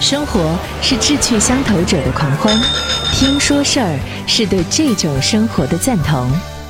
生活是志趣相投者的狂欢，听说事儿是对这种生活的赞同。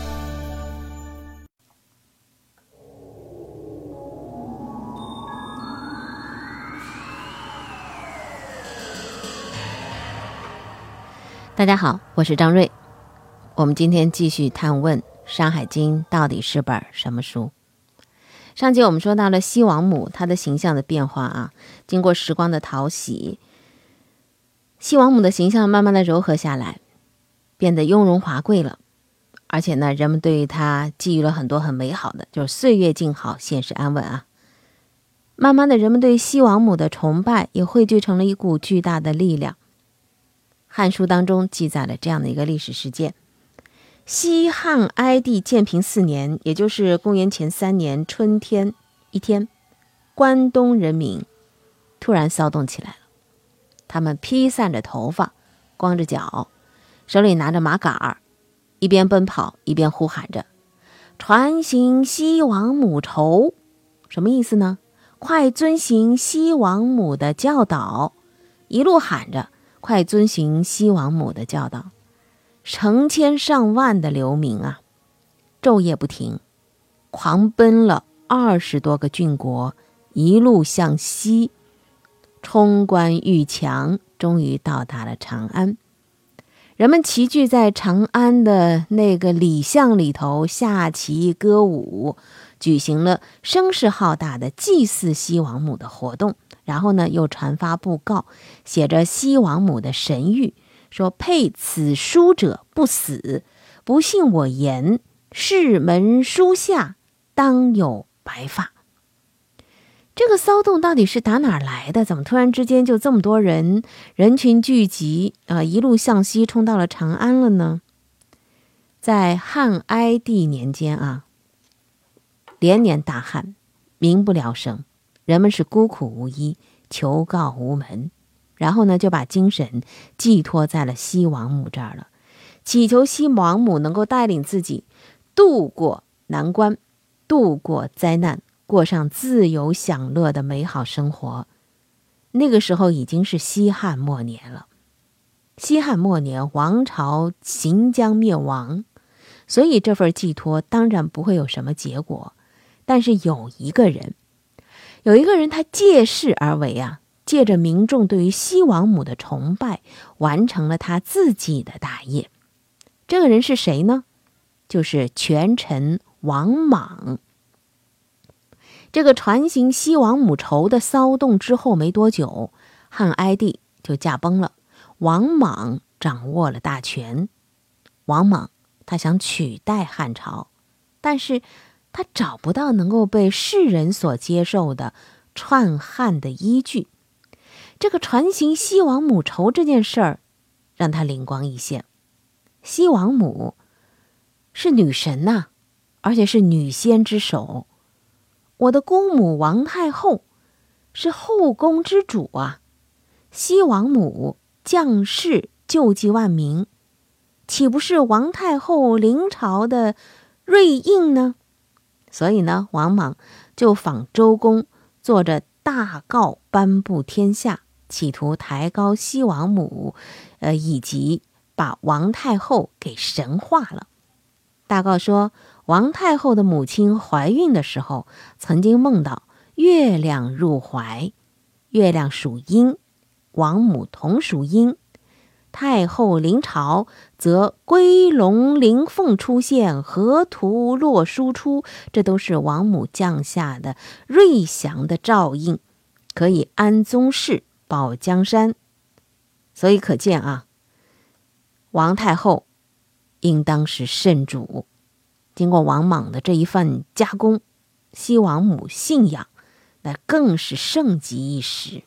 大家好，我是张瑞。我们今天继续探问《山海经》到底是本什么书。上集我们说到了西王母她的形象的变化啊，经过时光的淘洗，西王母的形象慢慢的柔和下来，变得雍容华贵了。而且呢，人们对她寄予了很多很美好的，就是岁月静好，现世安稳啊。慢慢的，人们对西王母的崇拜也汇聚成了一股巨大的力量。汉书当中记载了这样的一个历史事件：西汉哀帝建平4年，也就是公元前3年春天一天，关东人民突然骚动起来了。他们披散着头发，光着脚，手里拿着麻杆，一边奔跑一边呼喊着传行西王母仇。什么意思呢？快遵行西王母的教导，一路喊着快遵行西王母的教导。成千上万的流民啊，昼夜不停，狂奔了20多个郡国，一路向西，冲关逾墙，终于到达了长安。人们齐聚在长安的那个礼巷里头，下棋歌舞，举行了声势浩大的祭祀西王母的活动。然后呢，又传发布告，写着西王母的神谕，说配此书者不死，不信我言，室门书下当有白发。这个骚动到底是打哪儿来的？怎么突然之间就这么多人群聚集一路向西冲到了长安了呢？在汉哀帝年间啊，连年大旱，民不聊生，人们是孤苦无依，求告无门。然后呢，就把精神寄托在了西王母这儿了，祈求西王母能够带领自己渡过难关，渡过灾难，过上自由享乐的美好生活。那个时候已经是西汉末年了，西汉末年王朝行将灭亡，所以这份寄托当然不会有什么结果。但是有一个人他借势而为啊，借着民众对于西王母的崇拜，完成了他自己的大业。这个人是谁呢？就是权臣王莽。这个传行西王母仇的骚动之后没多久，汉哀帝就驾崩了，王莽掌握了大权。王莽他想取代汉朝，但是他找不到能够被世人所接受的篡汉的依据。这个传行西王母仇这件事儿让他灵光一现。西王母是女神呐，而且是女仙之首。我的姑母王太后是后宫之主啊，西王母降世救济万民，岂不是王太后临朝的瑞印呢？所以呢，王莽就仿周公，做着大诰颁布天下，企图抬高西王母，以及把王太后给神化了。大诰说，王太后的母亲怀孕的时候，曾经梦到月亮入怀，月亮属阴，王母同属阴。太后临朝，则龟龙灵凤出现，河图洛书出，这都是王母降下的瑞祥的照应，可以安宗室，保江山。所以可见啊，王太后应当是圣主。经过王莽的这一份加工，西王母信仰那更是盛极一时。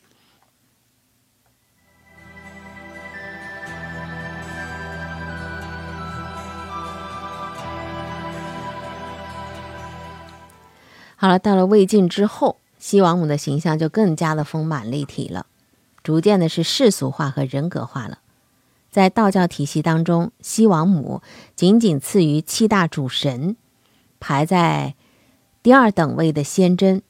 好了，到了魏晋之后，西王母的形象就更加的丰满立体了，逐渐的是世俗化和人格化了。在道教体系当中，西王母仅仅次于7大主神，排在第2等位的仙真。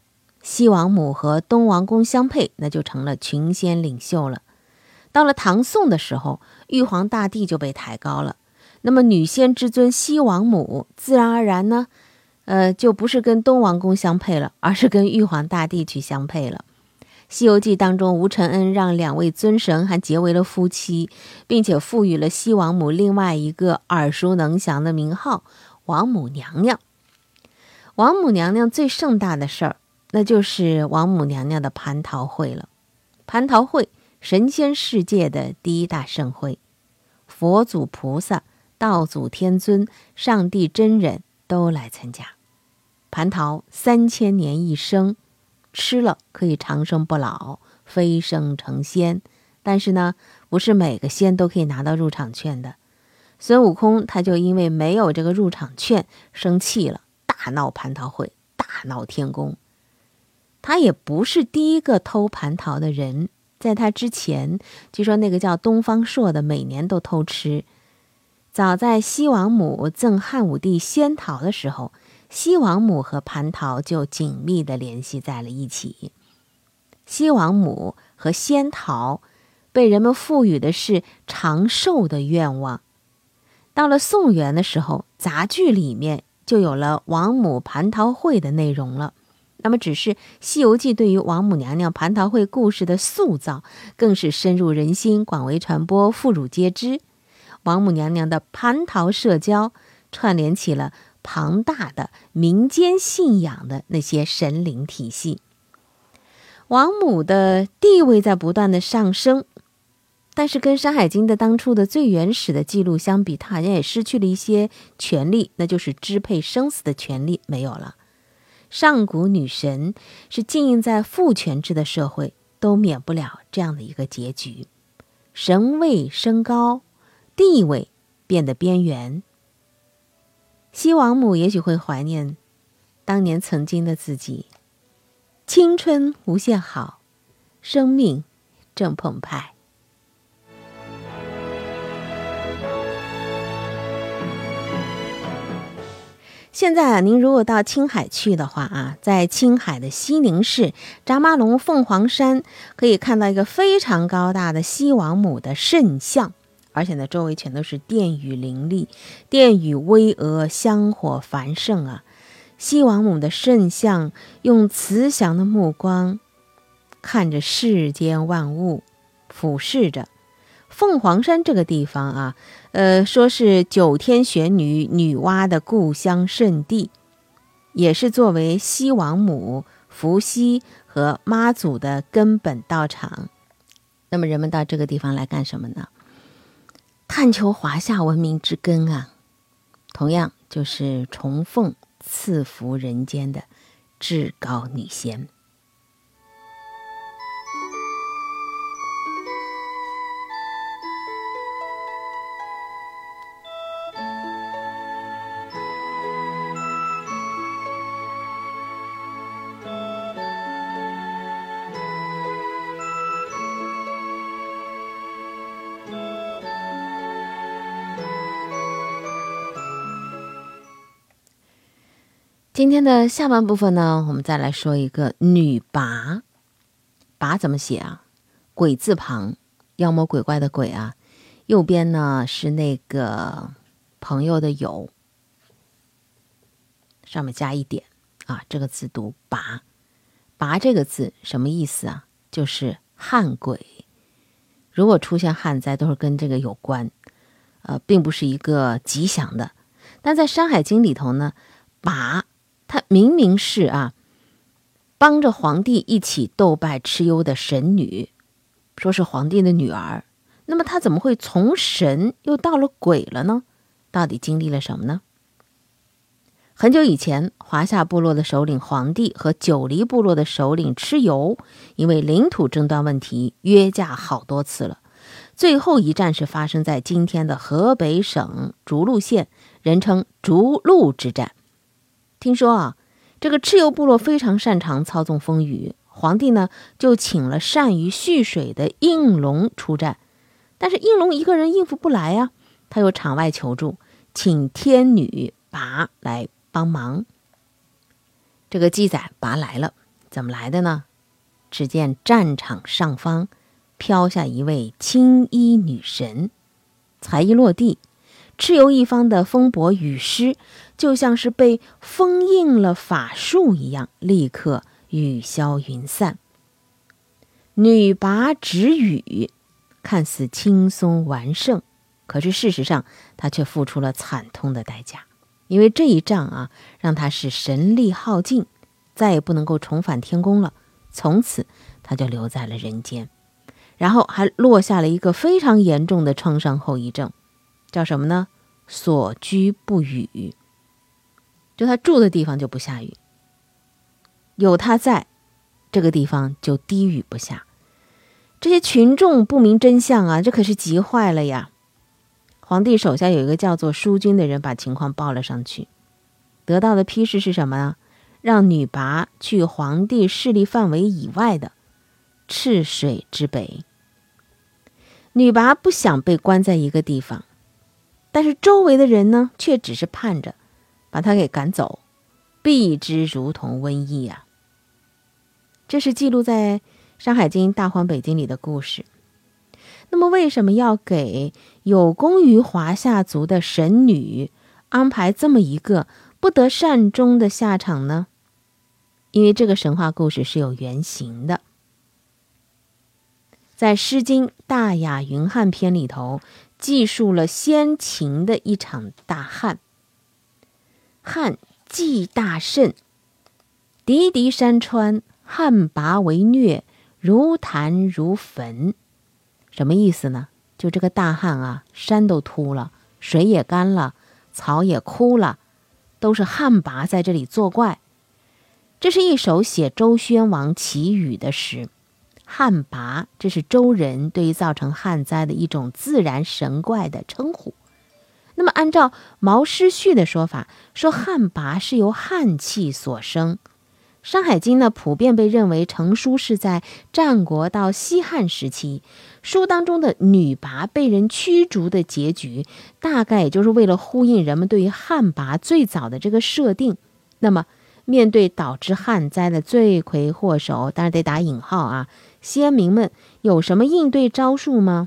西王母和东王公相配，那就成了群仙领袖了。到了唐宋的时候，玉皇大帝就被抬高了，那么女仙之尊西王母自然而然呢，就不是跟东王公相配了，而是跟玉皇大帝去相配了。西游记当中，吴承恩让两位尊神还结为了夫妻，并且赋予了西王母另外一个耳熟能详的名号王母娘娘。王母娘娘最盛大的事儿，那就是王母娘娘的蟠桃会了。蟠桃会，神仙世界的第一大盛会，佛祖菩萨、道祖天尊、上帝真人都来参加。蟠桃3000年一生，吃了可以长生不老，飞升成仙。但是呢，不是每个仙都可以拿到入场券的。孙悟空他就因为没有这个入场券生气了，大闹蟠桃会，大闹天宫。他也不是第一个偷蟠桃的人，在他之前，据说那个叫东方朔的每年都偷吃。早在西王母赠汉武帝仙桃的时候，西王母和蟠桃就紧密地联系在了一起。西王母和仙桃被人们赋予的是长寿的愿望。到了宋元的时候，杂剧里面就有了王母蟠桃会的内容了。那么只是《西游记》对于王母娘娘蟠桃会故事的塑造更是深入人心，广为传播，妇孺皆知。王母娘娘的蟠桃社交串联起了庞大的民间信仰的那些神灵体系。王母的地位在不断的上升，但是跟《山海经》的当初的最原始的记录相比，它好像也失去了一些权利，那就是支配生死的权利没有了。上古女神是浸淫在父权制的社会，都免不了这样的一个结局。神位升高，地位变得边缘。西王母也许会怀念当年曾经的自己，青春无限好，生命正澎湃。现在您如果到青海去的话在青海的西宁市扎马龙凤凰山可以看到一个非常高大的西王母的圣像，而且呢周围全都是殿宇林立，殿宇巍峨，香火繁盛西王母的圣像用慈祥的目光看着世间万物，俯视着凤凰山这个地方说是9天玄女女娲的故乡圣地，也是作为西王母、伏羲和妈祖的根本道场。那么人们到这个地方来干什么呢？探求华夏文明之根同样就是崇奉赐福人间的至高女仙。今天的下半部分呢，我们再来说一个女魃。魃怎么写鬼字旁，妖魔鬼怪的鬼右边呢是那个朋友的友，上面加一点这个字读魃。魃这个字什么意思就是旱鬼。如果出现旱灾，都是跟这个有关，并不是一个吉祥的。但在《山海经》里头呢，魃她明明是帮着皇帝一起斗败蚩尤的神女，说是皇帝的女儿，那么她怎么会从神又到了鬼了呢？到底经历了什么呢？很久以前，华夏部落的首领黄帝和九黎部落的首领蚩尤因为领土争端问题约架好多次了。最后一战是发生在今天的河北省涿鹿县，人称涿鹿之战。听说这个蚩尤部落非常擅长操纵风雨，皇帝呢就请了善于蓄水的应龙出战，但是应龙一个人应付不来他又场外求助，请天女魃来帮忙。这个记载魃来了， 怎么来的呢？只见战场上方飘下一位青衣女神，才一落地，蚩尤一方的风伯雨师就像是被封印了法术一样，立刻雨消云散。女拔止雨，看似轻松完胜，可是事实上她却付出了惨痛的代价，因为这一仗啊，让她是神力耗尽，再也不能够重返天宫了，从此她就留在了人间，然后还落下了一个非常严重的创伤后遗症，叫什么呢？所居不雨，就她住的地方就不下雨，有她在，这个地方就滴雨不下。这些群众不明真相啊，这可是急坏了呀。皇帝手下有一个叫做疏军的人把情况报了上去，得到的批示是什么呢？让女拔去皇帝势力范围以外的赤水之北。女拔不想被关在一个地方，但是周围的人呢，却只是盼着把她给赶走，避之如同瘟疫啊。这是记录在《山海经·大荒北经》里的故事。那么为什么要给有功于华夏族的神女安排这么一个不得善终的下场呢？因为这个神话故事是有原型的。在《诗经·大雅·云汉篇》里头，记述了先秦的一场大旱。旱既大甚，敌敌山川，旱魃为疟，如潭如坟。什么意思呢？就这个大旱啊，山都秃了，水也干了，草也枯了，都是旱魃在这里作怪。这是一首写周宣王祈雨的诗。旱魃，这是周人对于造成旱灾的一种自然神怪的称呼。那么按照毛诗序的说法，说旱魃是由旱气所生。山海经呢，普遍被认为成书是在战国到西汉时期，书当中的女魃被人驱逐的结局，大概也就是为了呼应人们对于旱魃最早的这个设定。那么面对导致旱灾的罪魁祸首，当然得打引号啊，先民们有什么应对招数吗？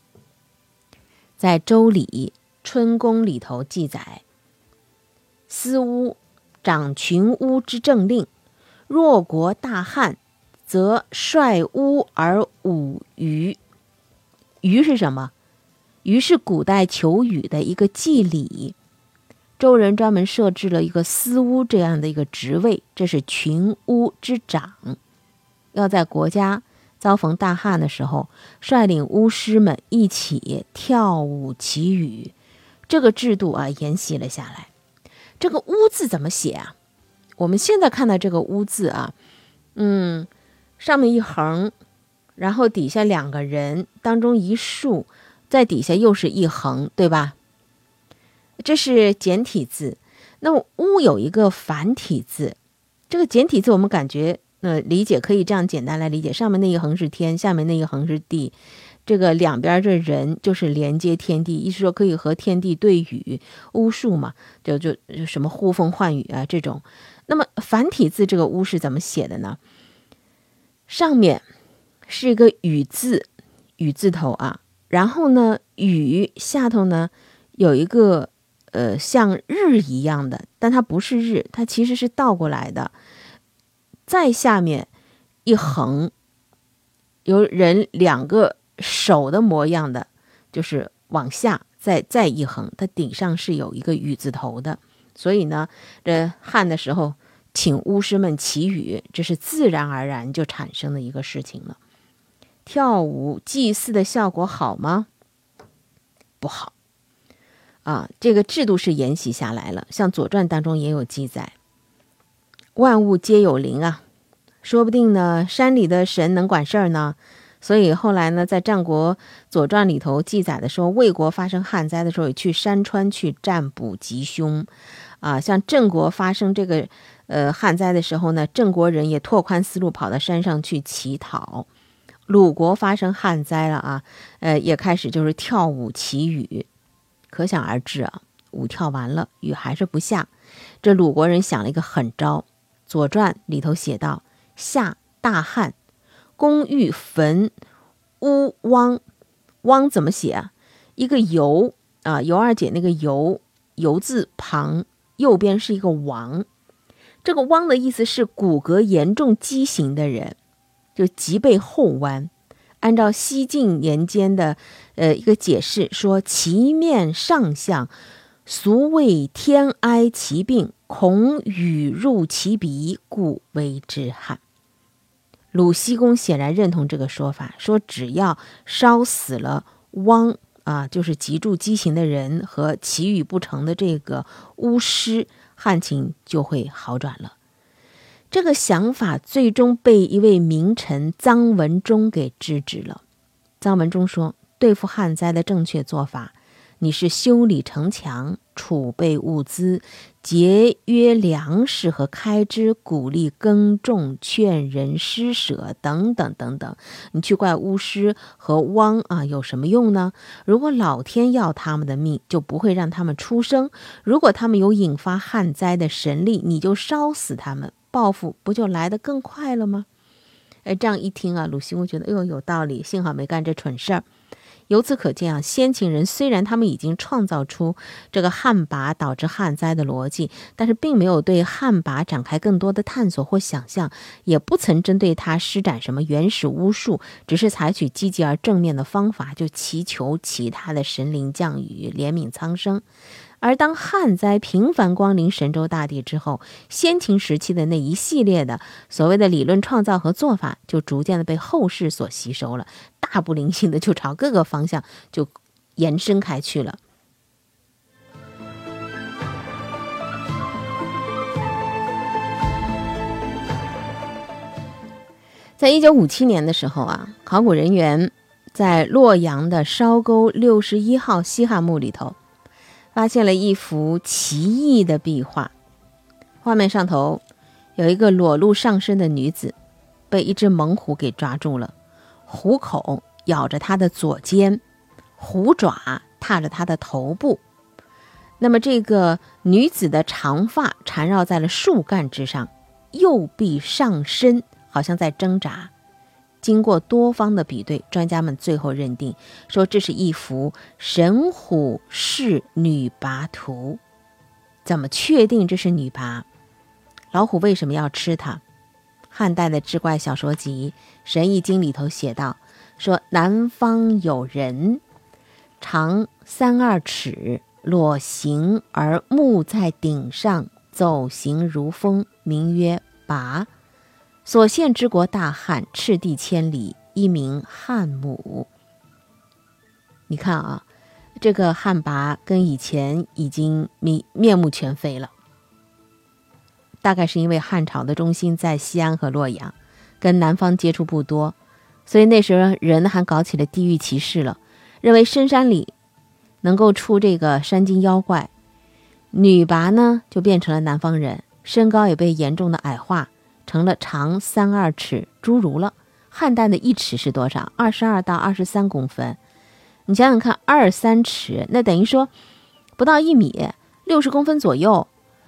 在《周礼·春宫》里头记载，司巫掌群巫之政令，若国大旱，则率巫而舞鱼。鱼是什么？鱼是古代求雨的一个祭礼。周人专门设置了一个司巫这样的一个职位，这是群巫之长，要在国家遭逢大旱的时候，率领巫师们一起跳舞祈雨。这个制度啊，沿袭了下来。这个巫字怎么写啊？我们现在看到这个巫字啊，上面一横，然后底下两个人，当中一竖，在底下又是一横，对吧？这是简体字。那么巫有一个繁体字，这个简体字我们感觉理解可以这样简单来理解，上面那一横是天，下面那一横是地，这个两边这人就是连接天地，意思说可以和天地对语，巫术嘛，就什么呼风唤雨啊这种。那么繁体字这个巫是怎么写的呢？上面是一个雨字，雨字头啊，然后呢雨下头呢有一个像日一样的，但它不是日，它其实是倒过来的。再下面一横，有人两个手的模样的，就是往下再一横，它顶上是有一个雨字头的。所以呢，这旱的时候请巫师们祈雨，这是自然而然就产生的一个事情了。跳舞祭祀的效果好吗？不好啊，这个制度是沿袭下来了，像《左传》当中也有记载，万物皆有灵啊，说不定呢山里的神能管事儿呢。所以后来呢，在战国左传里头记载的说，魏国发生旱灾的时候，也去山川去占卜吉凶啊。像郑国发生这个旱灾的时候呢，郑国人也拓宽思路，跑到山上去乞讨。鲁国发生旱灾了啊，也开始就是跳舞祈雨。可想而知啊，舞跳完了，雨还是不下。这鲁国人想了一个狠招，《左传》里头写道： 下大旱，公欲焚乌汪。汪怎么写啊？一个尤啊，尤二姐那个尤字旁右边是一个王。这个汪的意思是骨骼严重畸形的人，就脊背后弯。按照西晋年间的一个解释说，其面上向，俗谓天哀其病，恐雨入其鼻，故为之旱。鲁僖公显然认同这个说法，说只要烧死了汪啊，就是脊柱畸形的人和祈雨不成的这个巫师，旱情就会好转了。这个想法最终被一位名臣臧文忠给制止了。臧文忠说，对付旱灾的正确做法，你是修理城墙，储备物资，节约粮食和开支，鼓励耕种，劝人施舍等等等等。你去怪巫师和汪啊有什么用呢？如果老天要他们的命，就不会让他们出生；如果他们有引发旱灾的神力，你就烧死他们，报复不就来得更快了吗？这样一听啊，鲁僖公觉得有道理，幸好没干这蠢事儿。由此可见啊，先秦人虽然他们已经创造出这个旱魃导致旱灾的逻辑，但是并没有对旱魃展开更多的探索或想象，也不曾针对它施展什么原始巫术，只是采取积极而正面的方法，就祈求其他的神灵降雨，怜悯苍生。而当旱灾频繁光临神州大地之后，先秦时期的那一系列的所谓的理论创造和做法，就逐渐的被后世所吸收了，大步灵性的就朝各个方向就延伸开去了。在1957年的时候啊，考古人员在洛阳的烧沟61号西汉墓里头发现了一幅奇异的壁画，画面上头有一个裸露上身的女子，被一只猛虎给抓住了，虎口咬着她的左肩，虎爪踏着她的头部。那么这个女子的长发缠绕在了树干之上，右臂上伸，好像在挣扎。经过多方的比对，专家们最后认定说，这是一幅神虎式女魃图。怎么确定这是女魃？老虎为什么要吃它？汉代的志怪小说集《神异经》里头写道，说南方有人，长3-2尺，裸形而目在顶上，走行如风，名曰魃。所现之国大旱，赤地千里，一名汉母。你看啊，这个旱魃跟以前已经面目全非了。大概是因为汉朝的中心在西安和洛阳，跟南方接触不多，所以那时候人还搞起了地域歧视了，认为深山里能够出这个山精妖怪。女魃呢就变成了南方人，身高也被严重的矮化，成了长3-2尺侏儒了。汉代的1尺是多少？22到23公分。你想想看，2-3尺，那等于说不到1米，60公分左右。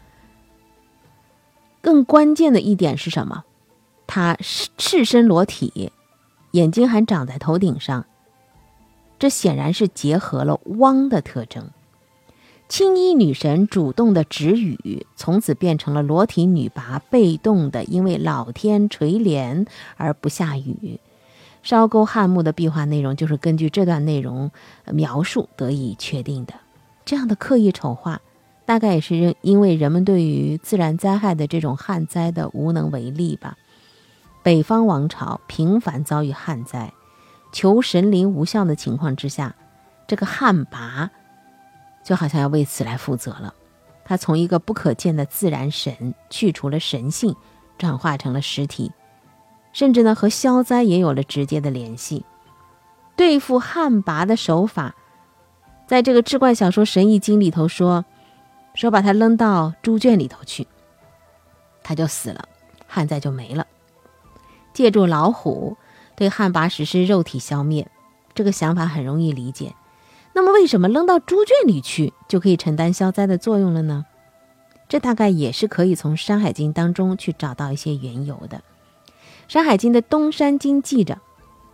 更关键的一点是什么？他赤身裸体，眼睛还长在头顶上，这显然是结合了汪的特征。青衣女神主动的止雨，从此变成了裸体女魃被动的因为老天垂怜而不下雨。烧沟汉墓的壁画内容就是根据这段内容描述得以确定的。这样的刻意丑化，大概也是因为人们对于自然灾害的这种旱灾的无能为力吧。北方王朝频繁遭遇旱灾，求神灵无效的情况之下，这个旱魃就好像要为此来负责了。他从一个不可见的自然神去除了神性，转化成了实体，甚至呢和消灾也有了直接的联系。对付旱魃的手法，在这个志怪小说《神异经》里头说把他扔到猪圈里头去，他就死了，旱灾就没了。借助老虎对旱魃实施肉体消灭，这个想法很容易理解。那么为什么扔到猪圈里去就可以承担消灾的作用了呢？这大概也是可以从《山海经》当中去找到一些缘由的。 山海经的东山经记着，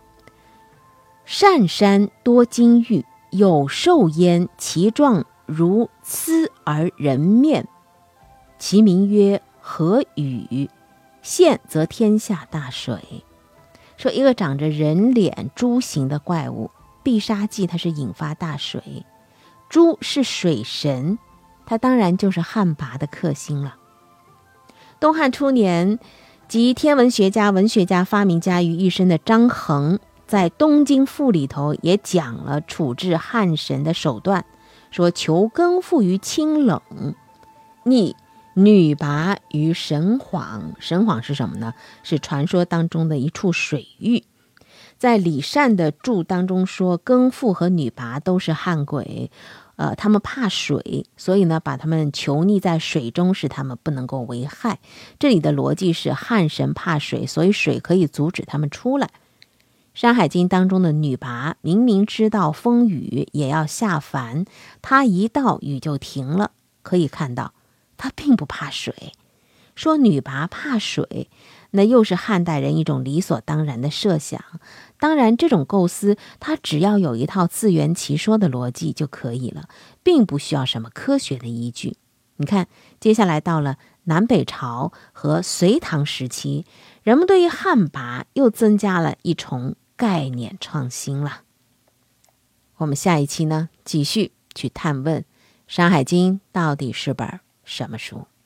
善山多金玉，有兽焉，其状如鸱而人面，其名曰何羽，现则天下大水。说一个长着人脸猪形的怪物，必杀技它是引发大水，猪是水神，它当然就是旱魃的克星了。东汉初年，集天文学家、文学家、发明家于一身的张衡，在《东京赋》里头也讲了处置旱神的手段，说求更复于清冷，逆女魃于神晃。神晃是什么呢？是传说当中的一处水域。在李善的注当中说，更复和女魃都是旱鬼，他们怕水，所以呢，把他们囚溺在水中，使他们不能够为害。这里的逻辑是旱神怕水，所以水可以阻止他们出来。山海经当中的女魃明明知道风雨也要下凡，她一到雨就停了，可以看到她并不怕水。说女魃怕水，那又是汉代人一种理所当然的设想。当然这种构思它只要有一套自圆其说的逻辑就可以了，并不需要什么科学的依据。你看接下来到了南北朝和隋唐时期，人们对于旱魃又增加了一重概念创新了。我们下一期呢，继续去探问《山海经》到底是本什么书。